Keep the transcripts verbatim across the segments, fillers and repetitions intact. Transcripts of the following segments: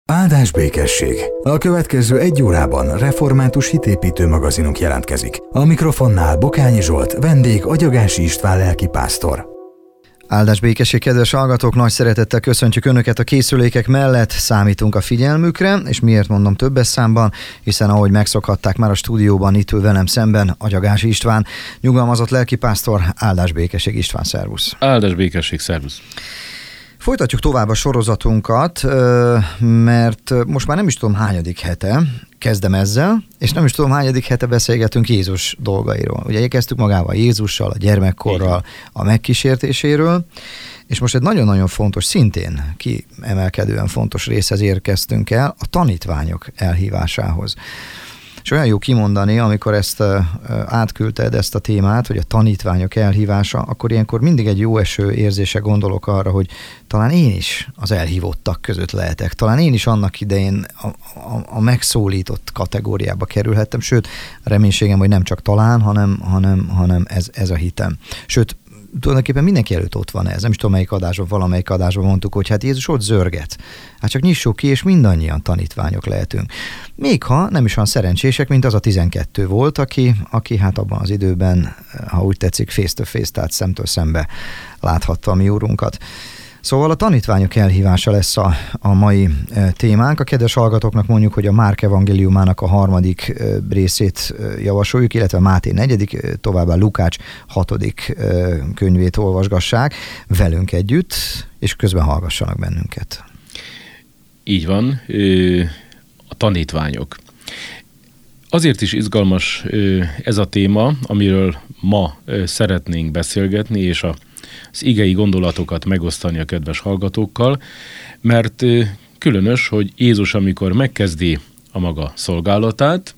Áldás békesség! A következő egy órában református hitépítő magazinunk jelentkezik. A mikrofonnál Bokányi Zsolt, vendég Agyagási István lelkipásztor. Áldás békesség, kedves hallgatók! Nagy szeretettel köszöntjük Önöket a készülékek mellett, számítunk a figyelmükre, és miért mondom többes számban, hiszen ahogy megszokhatták már a stúdióban, itt ül velem szemben Agyagási István, nyugalmazott lelkipásztor. Áldás békesség, István, szervusz! Áldás békesség, szervusz! Folytatjuk tovább a sorozatunkat, mert most már nem is tudom hányadik hete kezdem ezzel, és nem is tudom hányadik hete beszélgetünk Jézus dolgairól. Ugye kezdtük magával Jézussal, a gyermekkorral, a megkísértéséről, és most egy nagyon-nagyon fontos, szintén kiemelkedően fontos részhez érkeztünk el, a tanítványok elhívásához. És olyan jó kimondani, amikor ezt uh, átküldted, ezt a témát, hogy a tanítványok elhívása, akkor ilyenkor mindig egy jó eső érzése gondolok arra, hogy talán én is az elhívottak között lehetek. Talán én is annak idején a, a, a megszólított kategóriába kerülhettem, sőt, reménységem, hogy nem csak talán, hanem, hanem, hanem ez, ez a hitem. Sőt, tulajdonképpen mindenki előtt ott van ez. Nem is tudom, melyik adásban, valamelyik adásban mondtuk, hogy hát Jézus ott zörget. Hát csak nyissuk ki, és mindannyian tanítványok lehetünk. Még ha nem is olyan szerencsések, mint az a tizenkettő volt, aki, aki hát abban az időben, ha úgy tetszik, face to face, tehát szemtől szembe láthatta a mi úrunkat. Szóval a tanítványok elhívása lesz a, a mai e, témánk. A kedves hallgatóknak mondjuk, hogy a Márk evangéliumának a harmadik e, részét e, javasoljuk, illetve Máté negyedik, e, továbbá Lukács hatodik e, könyvét olvasgassák velünk együtt, és közben hallgassanak bennünket. Így van, a tanítványok. Azért is izgalmas ez a téma, amiről ma szeretnénk beszélgetni, és a az igei gondolatokat megosztani a kedves hallgatókkal, mert különös, hogy Jézus, amikor megkezdi a maga szolgálatát,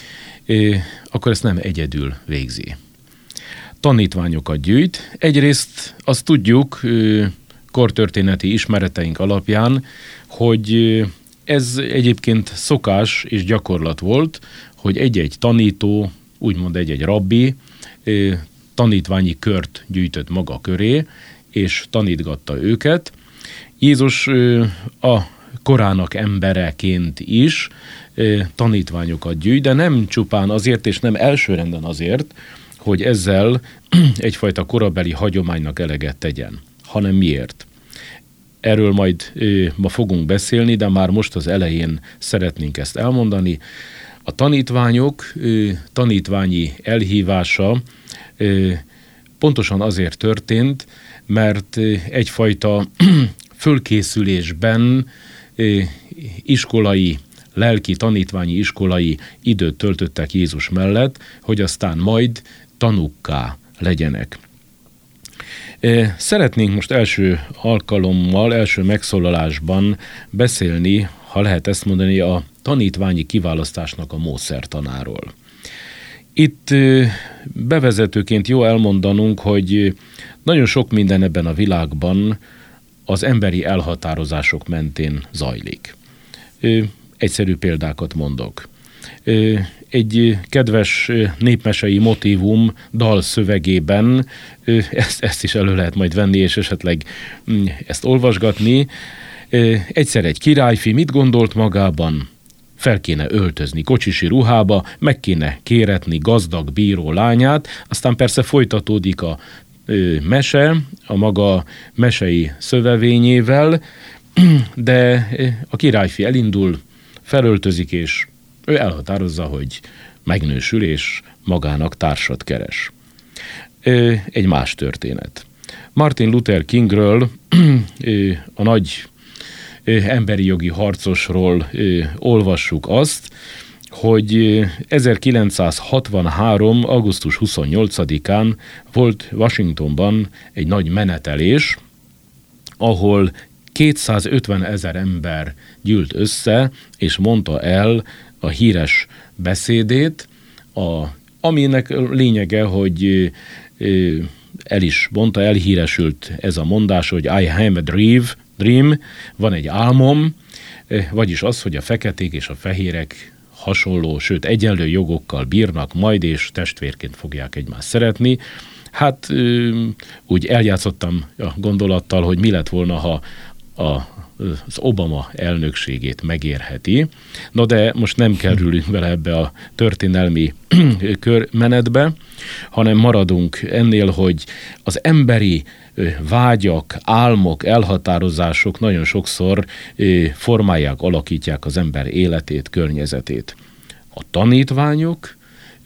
akkor ezt nem egyedül végzi. Tanítványokat gyűjt. Egyrészt azt tudjuk kortörténeti ismereteink alapján, hogy ez egyébként szokás és gyakorlat volt, hogy egy-egy tanító, úgymond egy-egy rabbi, tanítványi kört gyűjtött maga köré, és tanítgatta őket. Jézus a korának embereként is tanítványokat gyűjt, de nem csupán azért, és nem elsőrenden azért, hogy ezzel egyfajta korabeli hagyománynak eleget tegyen, hanem miért. Erről majd ma fogunk beszélni, de már most az elején szeretnénk ezt elmondani. A tanítványok tanítványi elhívása pontosan azért történt, mert egyfajta fölkészülésben iskolai, lelki, tanítványi iskolai időt töltöttek Jézus mellett, hogy aztán majd tanukká legyenek. Szeretnénk most első alkalommal, első megszólalásban beszélni, ha lehet ezt mondani, a tanítványi kiválasztásnak a módszertanáról. Itt bevezetőként jó elmondanunk, hogy nagyon sok minden ebben a világban az emberi elhatározások mentén zajlik. Egyszerű példákat mondok. Egy kedves népmesei motívum dal szövegében, ezt, ezt is elő lehet majd venni, és esetleg ezt olvasgatni. Egyszer egy királyfi mit gondolt magában? Fel kéne öltözni kocsisi ruhába, meg kéne kéretni gazdag bíró lányát, aztán persze folytatódik a ö, mese, a maga mesei szövevényével, de a királyfi elindul, felöltözik, és ő elhatározza, hogy megnősül, és magának társat keres. Ö, egy más történet. Martin Luther Kingről, ö, a nagy emberi jogi harcosról ö, olvassuk azt, hogy ezerkilencszázhatvanhárom. augusztus huszonnyolcadikán volt Washingtonban egy nagy menetelés, ahol kétszázötven ezer ember gyűlt össze, és mondta el a híres beszédét, a, aminek lényege, hogy ö, el is mondta, elhíresült ez a mondás, hogy I have a dream, dream, van egy álmom, vagyis az, hogy a feketék és a fehérek hasonló, sőt egyenlő jogokkal bírnak majd, és testvérként fogják egymást szeretni. Hát úgy eljátszottam a gondolattal, hogy mi lett volna, ha a az Obama elnökségét megérheti. Na de most nem kerülünk bele ebbe a történelmi körmenetbe, hanem maradunk ennél, hogy az emberi vágyak, álmok, elhatározások nagyon sokszor formálják, alakítják az ember életét, környezetét. A tanítványok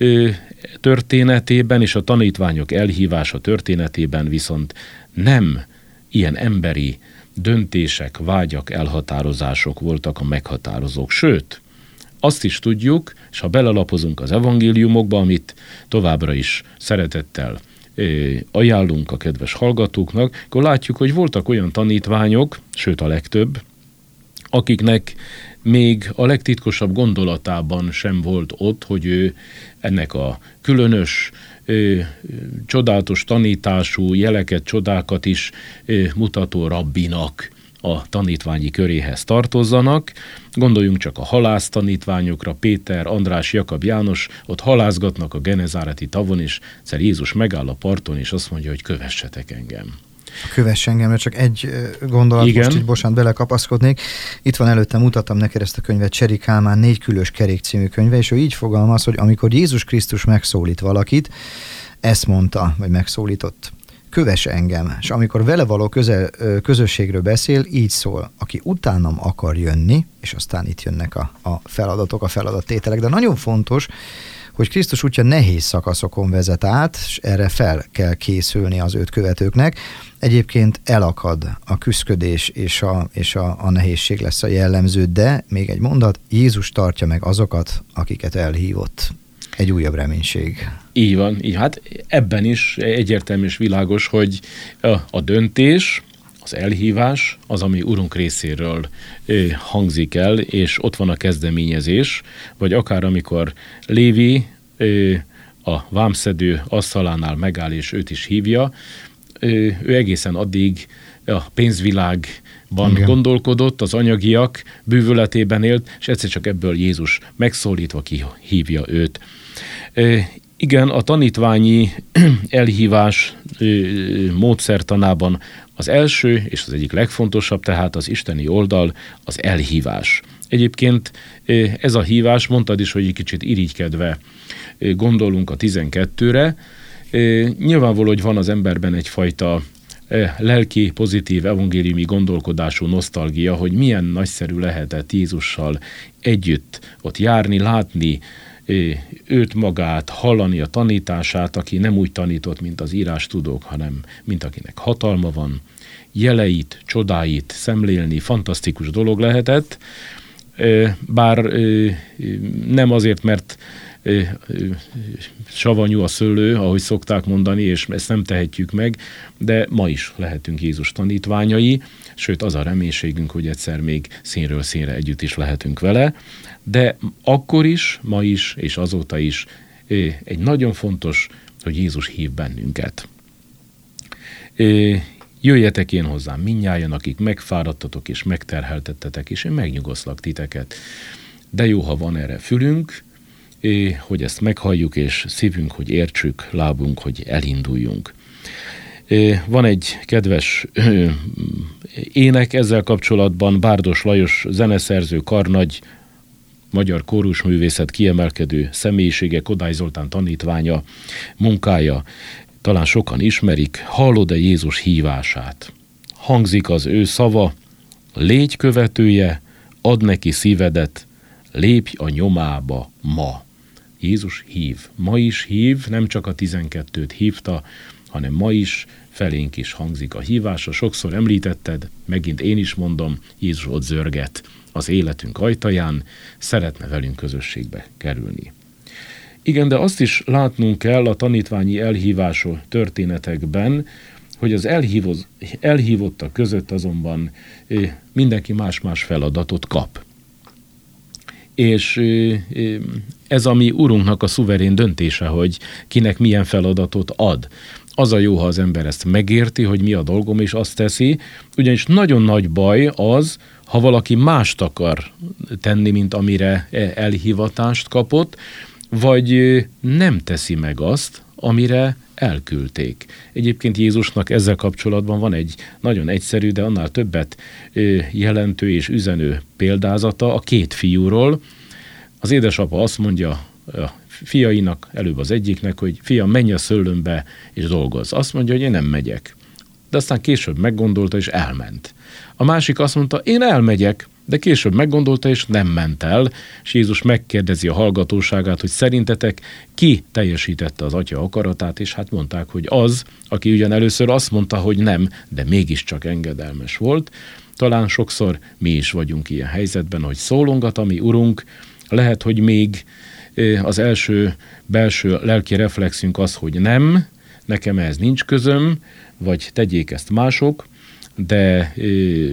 történetében és a tanítványok elhívása történetében viszont nem ilyen emberi döntések, vágyak, elhatározások voltak a meghatározók. Sőt, azt is tudjuk, és ha belelapozunk az evangéliumokba, amit továbbra is szeretettel ajánlunk a kedves hallgatóknak, akkor látjuk, hogy voltak olyan tanítványok, sőt a legtöbb, akiknek még a legtitkosabb gondolatában sem volt ott, hogy ő ennek a különös, ö, csodálatos tanítású, jeleket, csodákat is ö, mutató rabbinak a tanítványi köréhez tartozzanak. Gondoljunk csak a halász tanítványokra, Péter, András, Jakab, János, ott halászgatnak a Genezáreti tavon, és egyszer Jézus megáll a parton, és azt mondja, hogy kövessetek engem. Kövess engem, mert csak egy gondolat, igen. Most így bocsánat, belekapaszkodnék. Itt van előttem, mutattam neked ezt a könyvet, Cseri Kálmán Négy külös kerék című könyve, és ő így fogalmaz, hogy amikor Jézus Krisztus megszólít valakit, ezt mondta, vagy megszólított, kövess engem, és amikor vele való közel, közösségről beszél, így szól, aki utánam akar jönni, és aztán itt jönnek a, a feladatok, a feladattételek, de nagyon fontos, hogy Krisztus útja nehéz szakaszokon vezet át, és erre fel kell készülni az őt követőknek. Egyébként elakad a küszködés, és a, és a, a nehézség lesz a jellemző, de még egy mondat, Jézus tartja meg azokat, akiket elhívott. Egy újabb reménység. Így van, így. Hát ebben is egyértelmű és világos, hogy a, a döntés, az elhívás az, ami Urunk részéről ö, hangzik el, és ott van a kezdeményezés, vagy akár amikor Lévi ö, a vámszedő asztalánál megáll, és őt is hívja, ö, ő egészen addig a pénzvilágban igen. gondolkodott, az anyagiak bűvöletében élt, és egyszer csak ebből Jézus megszólítva kihívja őt. Ö, igen, a tanítványi elhívás ö, módszertanában az első, és az egyik legfontosabb, tehát az isteni oldal, az elhívás. Egyébként ez a hívás, mondtad is, hogy egy kicsit irigykedve gondolunk a tizenkettőre. Nyilvánvaló, hogy van az emberben egyfajta lelki, pozitív, evangéliumi gondolkodású nosztalgia, hogy milyen nagyszerű lehetett Jézussal együtt ott járni, látni őt magát, hallani a tanítását, aki nem úgy tanított, mint az írástudók, hanem mint akinek hatalma van, jeleit, csodáit szemlélni, fantasztikus dolog lehetett, bár nem azért, mert savanyú a szőlő, ahogy szokták mondani, és ezt nem tehetjük meg, de ma is lehetünk Jézus tanítványai, sőt az a reménységünk, hogy egyszer még színről színre együtt is lehetünk vele, de akkor is, ma is, és azóta is egy nagyon fontos, hogy Jézus hív bennünket. Jöjjetek én hozzám mindnyájan, akik megfáradtatok és megterheltettetek, és én megnyugoszlak titeket. De jó, ha van erre fülünk, hogy ezt meghalljuk, és szívünk, hogy értsük, lábunk, hogy elinduljunk. Van egy kedves ének ezzel kapcsolatban, Bárdos Lajos zeneszerző, karnagy, magyar kórusművészet kiemelkedő személyisége, Kodály Zoltán tanítványa, munkája, talán sokan ismerik, hallod-e Jézus hívását? Hangzik az ő szava, légy követője, add neki szívedet, lépj a nyomába ma. Jézus hív. Ma is hív, nem csak a tizenkettőt hívta, hanem ma is felénk is hangzik a hívása. Sokszor említetted, megint én is mondom, Jézus ott zörget az életünk ajtaján, szeretne velünk közösségbe kerülni. Igen, de azt is látnunk kell a tanítványi elhívású történetekben, hogy az elhívoz, elhívottak között azonban mindenki más-más feladatot kap. És ez a mi Urunknak a szuverén döntése, hogy kinek milyen feladatot ad. Az a jó, ha az ember ezt megérti, hogy mi a dolgom, és azt teszi, ugyanis nagyon nagy baj az, ha valaki mást akar tenni, mint amire elhívatást kapott, vagy nem teszi meg azt, amire elküldték. Egyébként Jézusnak ezzel kapcsolatban van egy nagyon egyszerű, de annál többet jelentő és üzenő példázata a két fiúról. Az édesapa azt mondja a fiainak, előbb az egyiknek, hogy fiam, menj a szőlőmbe és dolgozz. Azt mondja, hogy én nem megyek. De aztán később meggondolta és elment. A másik azt mondta, én elmegyek, de később meggondolta és nem ment el, és Jézus megkérdezi a hallgatóságát, hogy szerintetek ki teljesítette az atya akaratát, és hát mondták, hogy az, aki ugyan először azt mondta, hogy nem, de mégiscsak engedelmes volt. Talán sokszor mi is vagyunk ilyen helyzetben, hogy szólongat a mi Urunk, lehet, hogy még az első belső lelki reflexünk az, hogy nem, nekem ehhez nincs közöm, vagy tegyék ezt mások, de ö,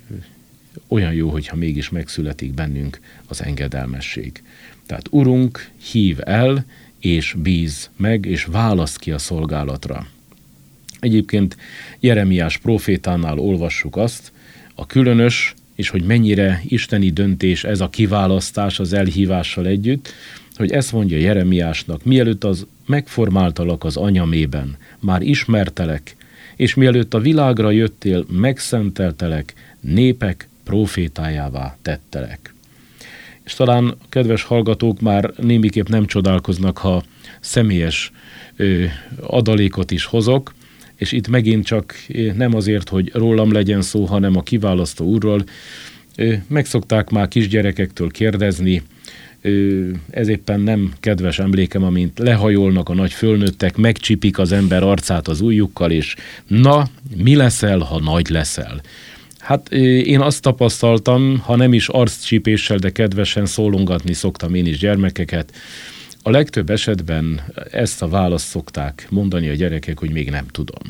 olyan jó, hogyha mégis megszületik bennünk az engedelmesség. Tehát Urunk, hív el, és bíz meg, és választ ki a szolgálatra. Egyébként Jeremiás prófétánál olvassuk azt, a különös, és hogy mennyire isteni döntés ez a kiválasztás az elhívással együtt, hogy ezt mondja Jeremiásnak, mielőtt az megformáltalak az anyamében, már ismertelek, és mielőtt a világra jöttél, megszenteltelek, népek prófétájává tettelek. És talán a kedves hallgatók már némiképp nem csodálkoznak, ha személyes ö, adalékot is hozok, és itt megint csak nem azért, hogy rólam legyen szó, hanem a kiválasztó Úrról. Ö, megszokták már kisgyerekektől kérdezni, ö, ez éppen nem kedves emlékem, amint lehajolnak a nagy fölnőttek, megcsipik az ember arcát az ujjukkal, és na, mi leszel, ha nagy leszel? Hát én azt tapasztaltam, ha nem is arccsípéssel, de kedvesen szólongatni szoktam én is gyermekeket. A legtöbb esetben ezt a választ szokták mondani a gyerekek, hogy még nem tudom.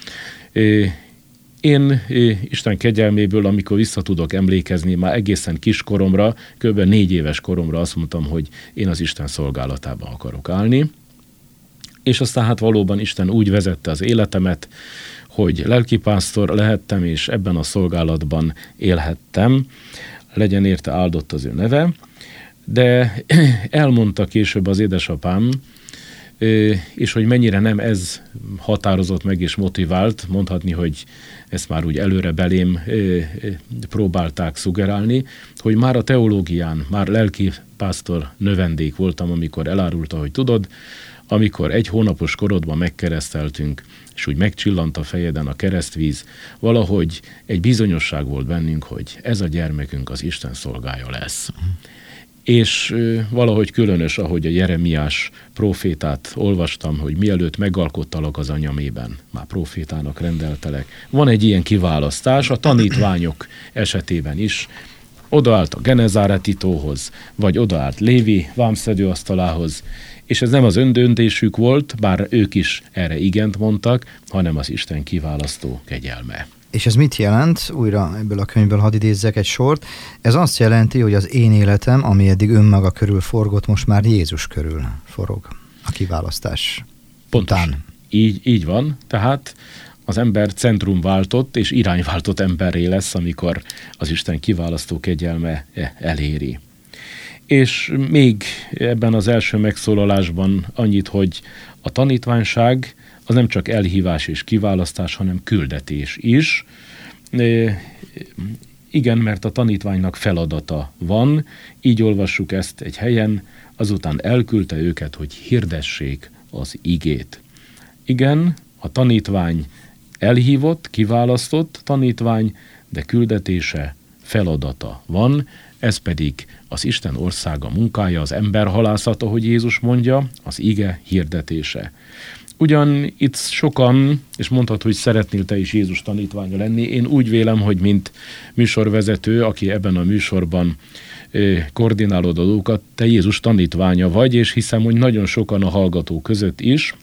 Én Isten kegyelméből, amikor vissza tudok emlékezni, már egészen kiskoromra, kb. négy éves koromra azt mondtam, hogy én az Isten szolgálatában akarok állni. És aztán hát valóban Isten úgy vezette az életemet, hogy lelkipásztor lehettem, és ebben a szolgálatban élhettem, legyen érte áldott az ő neve, de elmondta később az édesapám, és hogy mennyire nem ez határozott meg és motivált, mondhatni, hogy ezt már úgy előre belém próbálták szugerálni, hogy már a teológián, már lelkipásztor növendék voltam, amikor elárulta, hogy tudod, amikor egy hónapos korodban megkereszteltünk, és úgy megcsillant a fejeden a keresztvíz, valahogy egy bizonyosság volt bennünk, hogy ez a gyermekünk az Isten szolgája lesz. Mm. És ö, valahogy különös, ahogy a Jeremiás prófétát olvastam, hogy mielőtt megalkottalak az anyamében, már prófétának rendeltelek. Van egy ilyen kiválasztás, a tanítványok esetében is. Odaállt a Genezáreti tóhoz, vagy odaállt Lévi vámszedőasztalához, és ez nem az öndöntésük volt, bár ők is erre igent mondtak, hanem az Isten kiválasztó kegyelme. És ez mit jelent? Újra ebből a könyvből hadd idézzek egy sort. Ez azt jelenti, hogy az én életem, ami eddig önmaga körül forgott, most már Jézus körül forog a kiválasztás Pontosan. után. Így, így van, tehát az ember centrumváltott és irányváltott emberré lesz, amikor az Isten kiválasztó kegyelme eléri. És még ebben az első megszólalásban annyit, hogy a tanítványság az nem csak elhívás és kiválasztás, hanem küldetés is. E, igen, mert a tanítványnak feladata van, így olvassuk ezt egy helyen, azután elküldte őket, hogy hirdessék az igét. Igen, a tanítvány elhívott, kiválasztott tanítvány, de küldetése, feladata van, ez pedig az Isten országa munkája, az emberhalászat, ahogy Jézus mondja, az ige hirdetése. Ugyan itt sokan, és mondhatod, hogy szeretnél te is Jézus tanítványa lenni, én úgy vélem, hogy mint műsorvezető, aki ebben a műsorban koordinálod a dolgokat, te Jézus tanítványa vagy, és hiszem, hogy nagyon sokan a hallgatók között is,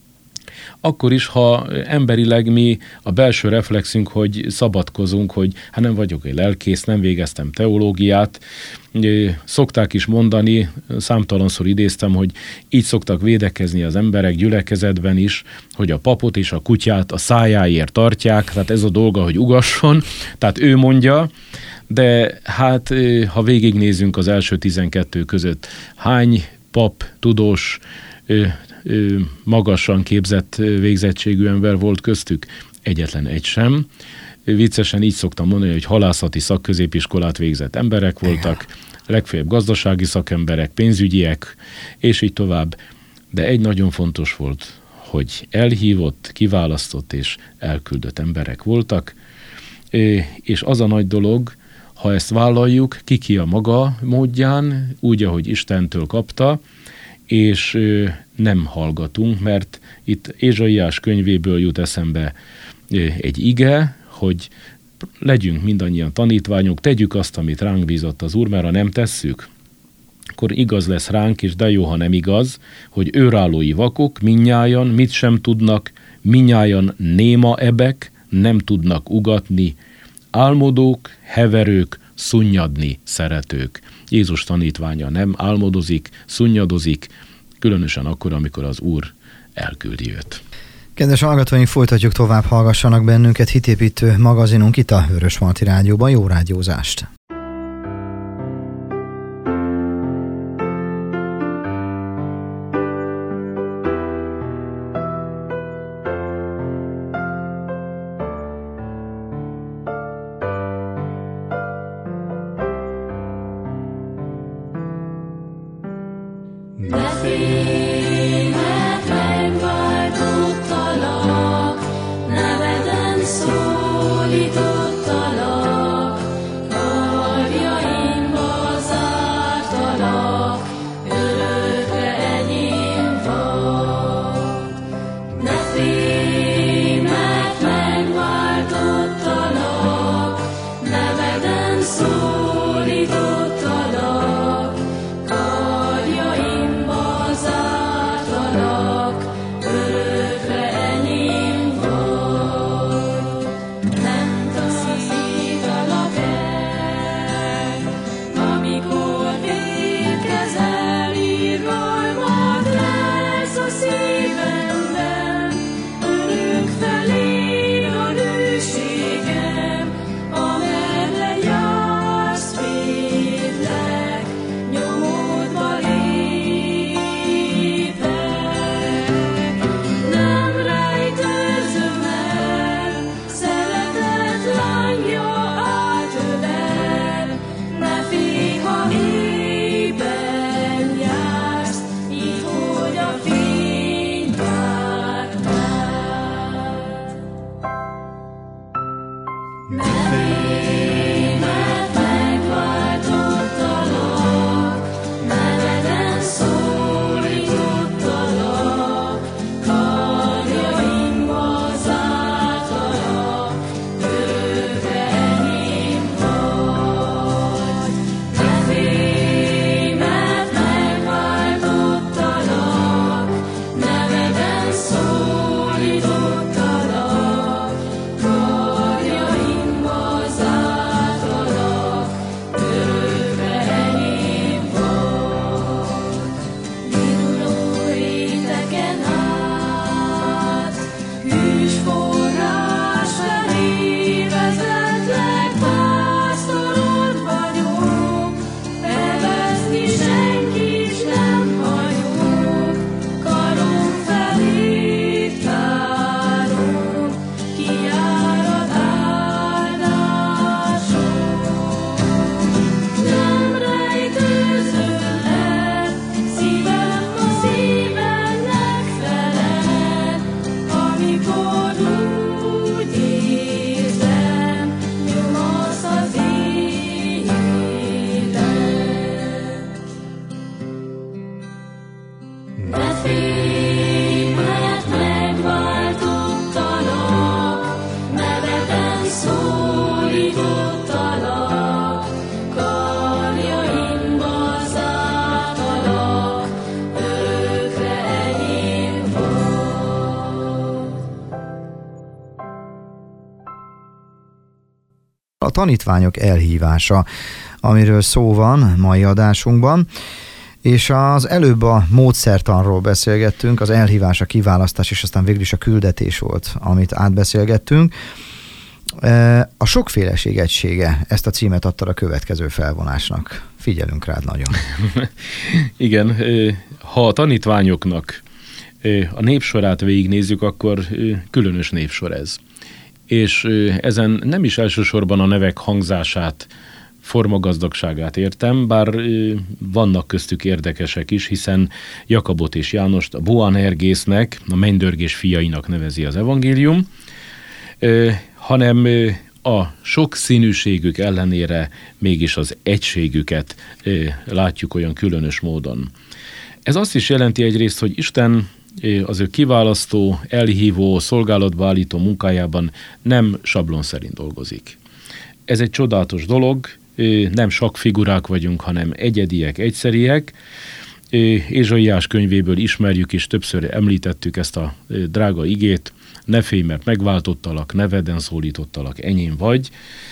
akkor is, ha emberileg mi a belső reflexünk, hogy szabadkozunk, hogy hát nem vagyok egy lelkész, nem végeztem teológiát, szokták is mondani, számtalanszor idéztem, hogy így szoktak védekezni az emberek gyülekezetben is, hogy a papot és a kutyát a szájáért tartják, tehát ez a dolga, hogy ugasson, tehát ő mondja, de hát ha végignézünk az első tizenkettő között, hány pap, tudós, magasan képzett végzettségű ember volt köztük? Egyetlen egy sem. Viccesen így szoktam mondani, hogy halászati szakközépiskolát végzett emberek voltak, legfeljebb gazdasági szakemberek, pénzügyiek, és így tovább. De egy nagyon fontos volt, hogy elhívott, kiválasztott és elküldött emberek voltak, és az a nagy dolog, ha ezt vállaljuk, ki-ki a maga módján, úgy, ahogy Istentől kapta, és nem hallgatunk, mert itt Ézsaiás könyvéből jut eszembe egy ige, hogy legyünk mindannyian tanítványok, tegyük azt, amit ránk bízott az Úr, mert ha nem tesszük, akkor igaz lesz ránk is, de jó, ha nem igaz, hogy őrállói vakok, minnyájan mit sem tudnak, minnyájan néma ebek, nem tudnak ugatni, álmodók, heverők, szunnyadni szeretők. Jézus tanítványa nem álmodozik, szunnyadozik, különösen akkor, amikor az Úr elküldi őt. Kedves hallgatóink, folytatjuk tovább, hallgassanak bennünket, hitépítő magazinunk itt a Vörösmarty Rádióban. Jó rádiózást! A tanítványok elhívása, amiről szó van mai adásunkban, és az előbb a módszertanról beszélgettünk, az elhívás, a kiválasztás, és aztán végül is a küldetés volt, amit átbeszélgettünk. A sokféleség egysége, ezt a címet adta a következő felvonásnak. Figyelünk rád nagyon. Igen, ha a tanítványoknak a népsorát végignézzük, akkor különös népsor ez. És ezen nem is elsősorban a nevek hangzását, formagazdagságát értem, bár vannak köztük érdekesek is, hiszen Jakabot és Jánost a Boanergésznek, a mennydörgés fiainak nevezi az evangélium, hanem a sok színűségük ellenére mégis az egységüket látjuk olyan különös módon. Ez azt is jelenti egyrészt, hogy Isten az ő kiválasztó, elhívó, szolgálatba állító munkájában nem sablon szerint dolgozik. Ez egy csodálatos dolog, nem sakfigurák vagyunk, hanem egyediek, egyszeriek. Ézsaiás könyvéből ismerjük és többször említettük ezt a drága igét, ne félj, mert megváltottalak, neveden szólítottalak, enyém vagy.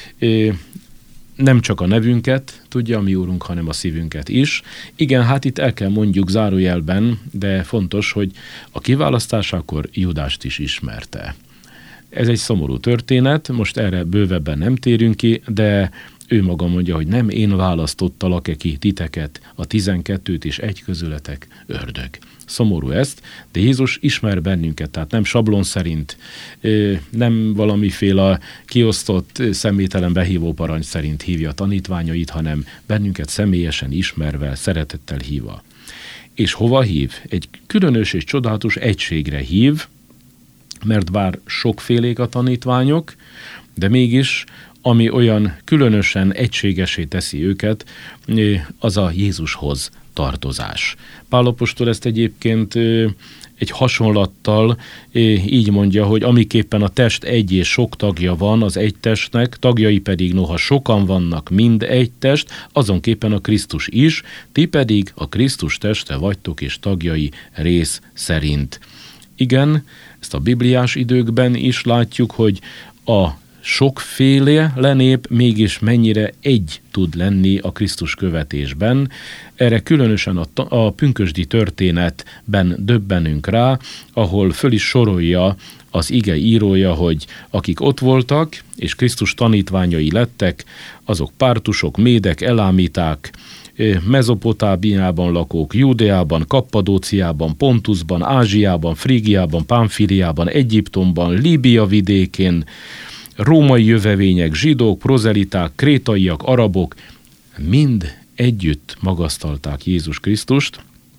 Nem csak a nevünket tudja a mi úrunk, hanem a szívünket is. Igen, hát itt el kell mondjuk zárójelben, de fontos, hogy a kiválasztásakor Judást is ismerte. Ez egy szomorú történet, most erre bővebben nem térünk ki, de ő maga mondja, hogy nem én választottalak-e ki titeket, a tizenkettőt és egy közületek ördög. Szomorú ezt, de Jézus ismer bennünket, tehát nem sablon szerint, nem valamiféle kiosztott személytelen behívó parancs szerint hívja a tanítványait, hanem bennünket személyesen ismerve, szeretettel hívva. És hova hív? Egy különös és csodálatos egységre hív, mert bár sokfélék a tanítványok, de mégis ami olyan különösen egységesé teszi őket, az a Jézushoz tartozás. Pál apostol ezt egyébként egy hasonlattal így mondja, hogy amiképpen a test egy és sok tagja van az egy testnek, tagjai pedig noha sokan vannak, mind egy test, azonképpen a Krisztus is, ti pedig a Krisztus teste vagytok és tagjai rész szerint. Igen, ezt a bibliás időkben is látjuk, hogy a sokféle lenép mégis mennyire egy tud lenni a Krisztus követésben. Erre különösen a, a pünkösdi történetben döbbenünk rá, ahol föl is sorolja az ige írója, hogy akik ott voltak, és Krisztus tanítványai lettek, azok pártusok, médek, elámiták, Mezopotámiában lakók, Júdeában, Kappadóciában, Pontusban, Ázsiában, Frígiában, Pamfiliában, Egyiptomban, Líbia vidékén, római jövevények, zsidók, prozeliták, krétaiak, arabok, mind együtt magasztalták Jézus Krisztust.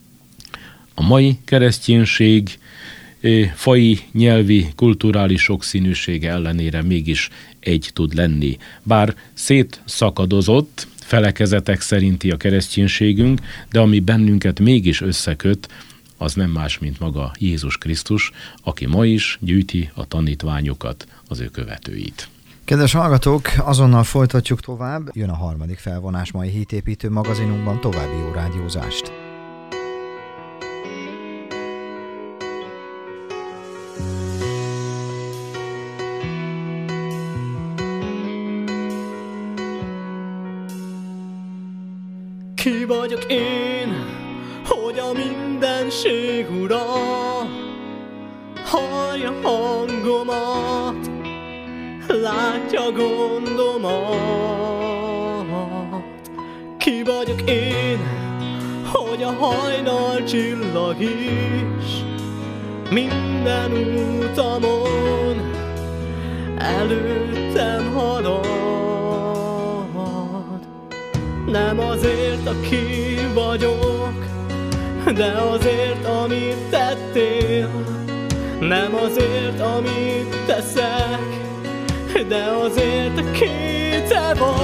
A mai kereszténység faji, nyelvi, kulturális sokszínűsége ellenére mégis egy tud lenni. Bár szétszakadozott, felekezetek szerinti a kereszténységünk, de ami bennünket mégis összeköt, az nem más, mint maga Jézus Krisztus, aki ma is gyűjti a tanítványokat, az ő követőit. Kedves hallgatók, azonnal folytatjuk tovább. Jön a harmadik felvonás mai Hitépítő magazinunkban, további jó rádiózást. Ki vagyok én, hogy a mindenség ura hallja hangomat, látja gondomat. Ki vagyok én, hogy a hajnal csillag is minden útamon előttem halad. Nem azért, aki vagyok, de azért, amit tettél. Nem azért, amit teszek, de azért, aki te vagy.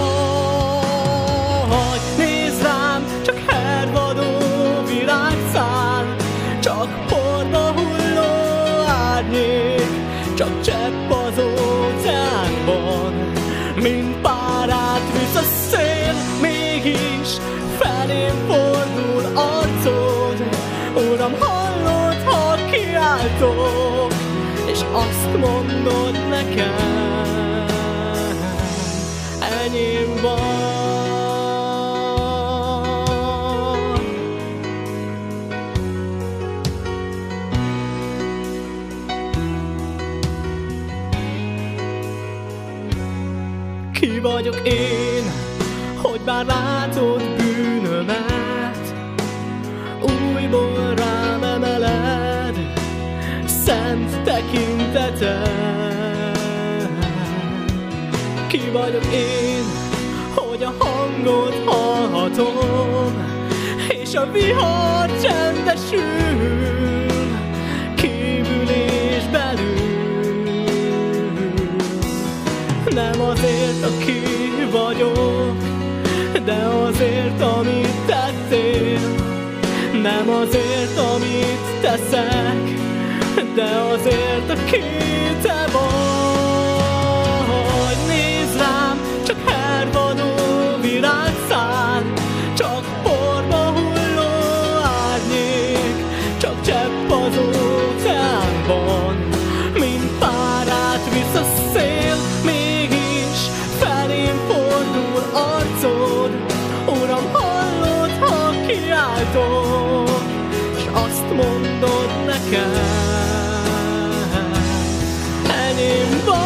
Nézd rám, csak hervadó virágszál, csak porba hulló árnyék, csak csepp az óceánban, mint párát visz a szél, mégis felém fordul arcod. Uram, hallod, ha kiáltok, és azt mondod nekem, enyém vagy. Ki vagyok én, hogy bár látod bűnömet, újból rám emeled vagyok én, hogy a hangot hallhatom, és a vihar csendesül, kívül és belül. Nem azért, aki vagyok, de azért, amit tettél. Nem azért, amit teszek, de azért, aki te vagy. Nézd rám, csak hervadó virágszál, csak porba hulló árnyék, csak csepp az óceánban, mint párát visz a szél, mégis felém fordul arcod. Uram, hallod, ha kiáltok, s azt mondod nekem, enyém vagy.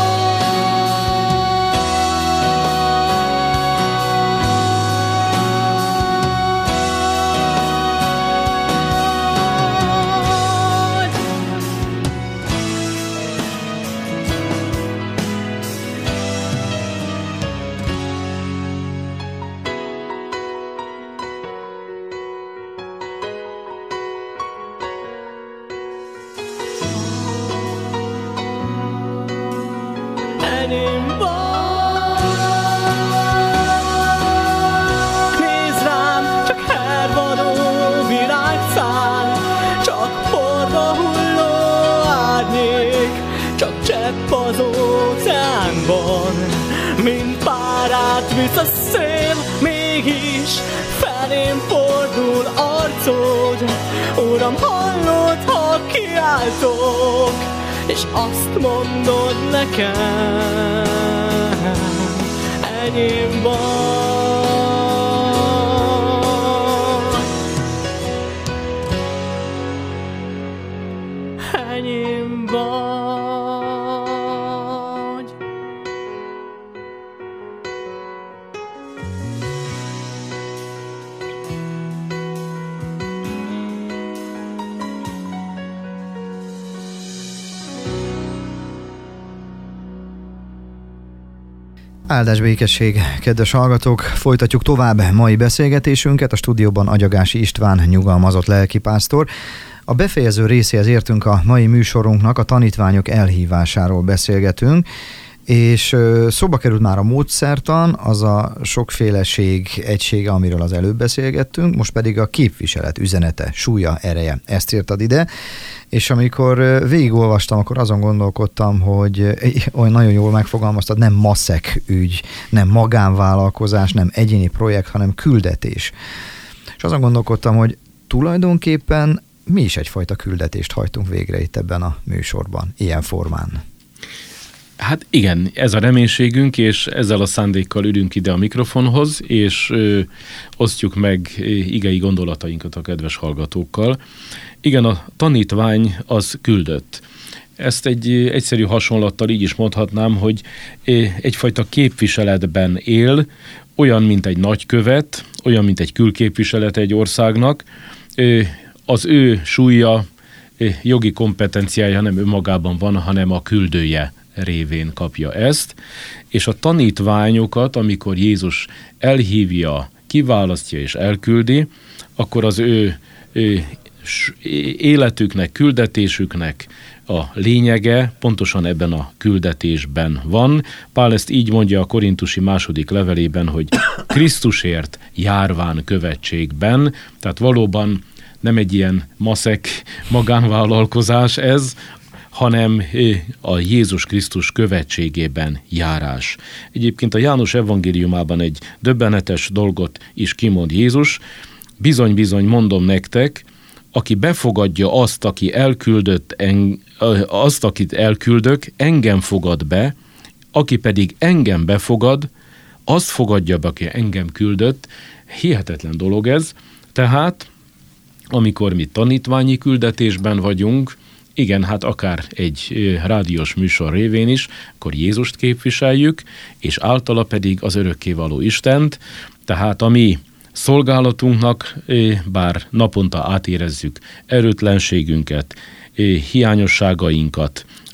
Enyém vagy. Nézd rám, csak hervadó virágszál, csak porba hulló árnyék, csak csepp az óceánban, mint párát visz a szél, mégis felém fordul arcod. Uram, hallod, ha kiáltok, és azt mondod nekem, enyém vagy. Enyém vagy. Áldás békesség, kedves hallgatók! Folytatjuk tovább mai beszélgetésünket. A stúdióban Agyagási István nyugalmazott lelkipásztor. A befejező részéhez értünk a mai műsorunknak, a tanítványok elhívásáról beszélgetünk, és szóba került már a módszertan, az a sokféleség egysége, amiről az előbb beszélgettünk, most pedig a képviselet üzenete, súlya, ereje. Ezt írtad ide, és amikor végigolvastam, akkor azon gondolkodtam, hogy olyan nagyon jól megfogalmaztad, nem maszek ügy, nem magánvállalkozás, nem egyéni projekt, hanem küldetés. És azon gondolkodtam, hogy tulajdonképpen mi is egyfajta küldetést hajtunk végre itt ebben a műsorban, ilyen formán. Hát igen, ez a reménységünk, és ezzel a szándékkal ülünk ide a mikrofonhoz, és ö, osztjuk meg igei gondolatainkat a kedves hallgatókkal. Igen, a tanítvány az küldött. Ezt egy egyszerű hasonlattal így is mondhatnám, hogy egyfajta képviseletben él, olyan, mint egy nagykövet, olyan, mint egy külképviselet egy országnak. Az ő súlya, jogi kompetenciája nem önmagában van, hanem a küldője révén kapja ezt, és a tanítványokat, amikor Jézus elhívja, kiválasztja és elküldi, akkor az ő, ő életüknek, küldetésüknek a lényege pontosan ebben a küldetésben van. Pál ezt így mondja a korintusi második levelében, hogy Krisztusért járván követségben, tehát valóban nem egy ilyen maszek magánvállalkozás ez, hanem a Jézus Krisztus követségében járás. Egyébként a János evangéliumában egy döbbenetes dolgot is kimond Jézus. Bizony-bizony mondom nektek, aki befogadja azt, aki elküldött, en, azt, akit elküldök, engem fogad be, aki pedig engem befogad, azt fogadja be, aki engem küldött. Hihetetlen dolog ez. Tehát, amikor mi tanítványi küldetésben vagyunk, igen, hát akár egy rádiós műsor révén is, akkor Jézust képviseljük, és általa pedig az örökkévaló Istent, tehát a mi szolgálatunknak, bár naponta átérezzük erőtlenségünket, hiányosságainkat,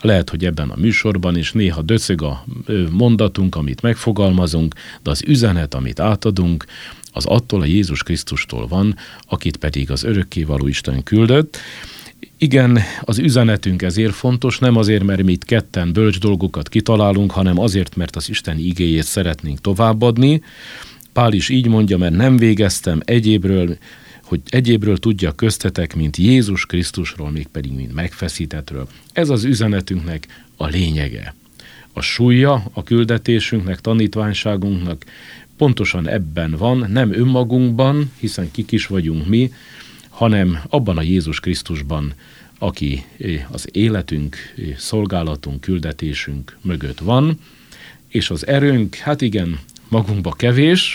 Lehet, hogy ebben a műsorban is néha döcög a mondatunk, amit megfogalmazunk, de az üzenet, amit átadunk, az attól a Jézus Krisztustól van, akit pedig az örökkévaló Isten küldött. Igen, az üzenetünk ezért fontos, nem azért, mert mi itt ketten bölcs dolgokat kitalálunk, hanem azért, mert az Isten igéjét szeretnénk továbbadni. Pál is így mondja, mert nem végeztem egyébről, hogy egyébről tudja köztetek, mint Jézus Krisztusról, mégpedig mint megfeszítettről. Ez az üzenetünknek a lényege. A súlya a küldetésünknek, tanítványságunknak pontosan ebben van, nem önmagunkban, hiszen kik is vagyunk mi, hanem abban a Jézus Krisztusban, aki az életünk, szolgálatunk, küldetésünk mögött van, és az erőnk, hát igen, magunkba kevés.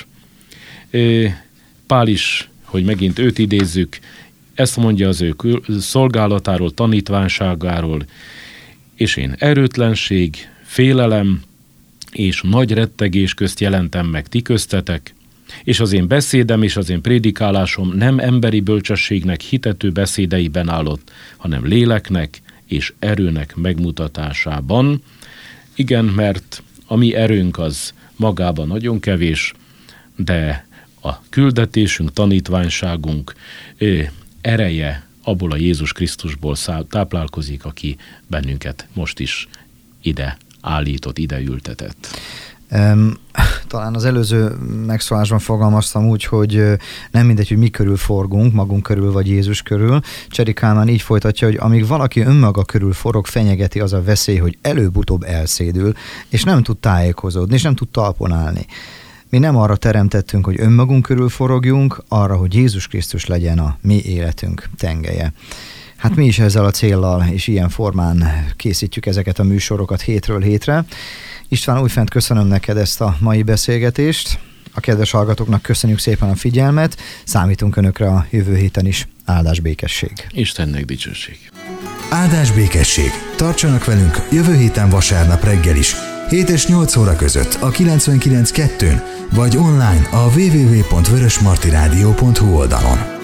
Pál is, hogy megint őt idézzük, ezt mondja az ő szolgálatáról, tanítványságáról, és én erőtlenség, félelem és nagy rettegés közt jelentem meg ti köztetek, és az én beszédem és az én prédikálásom nem emberi bölcsességnek hitető beszédeiben állott, hanem léleknek és erőnek megmutatásában. Igen, mert a mi erőnk az magában nagyon kevés, de a küldetésünk, tanítványságunk ereje abból a Jézus Krisztusból táplálkozik, aki bennünket most is ide állított, ide ültetett. Um, talán az előző megszólásban fogalmaztam úgy, hogy nem mindegy, hogy mi körül forgunk, magunk körül vagy Jézus körül. Cseri Kálmán így folytatja, hogy amíg valaki önmaga körül forog, fenyegeti az a veszély, hogy előbb-utóbb elszédül, és nem tud tájékozódni, és nem tud talpon állni. Mi nem arra teremtettünk, hogy önmagunk körül forogjunk, arra, hogy Jézus Krisztus legyen a mi életünk tengelye. Hát mi is ezzel a céllal és ilyen formán készítjük ezeket a műsorokat hétről hétre. István, újfent köszönöm neked ezt a mai beszélgetést. A kedves hallgatóknak köszönjük szépen a figyelmet. Számítunk önökre a jövő héten is. Áldás, békesség. Istennek dicsőség. Áldás, békesség. Tartsanak velünk jövő héten vasárnap reggel is. hét és nyolc óra között a kilencvenkilenc kettőn vagy online a double-u double-u double-u pont vörösmartyradio pont hu oldalon.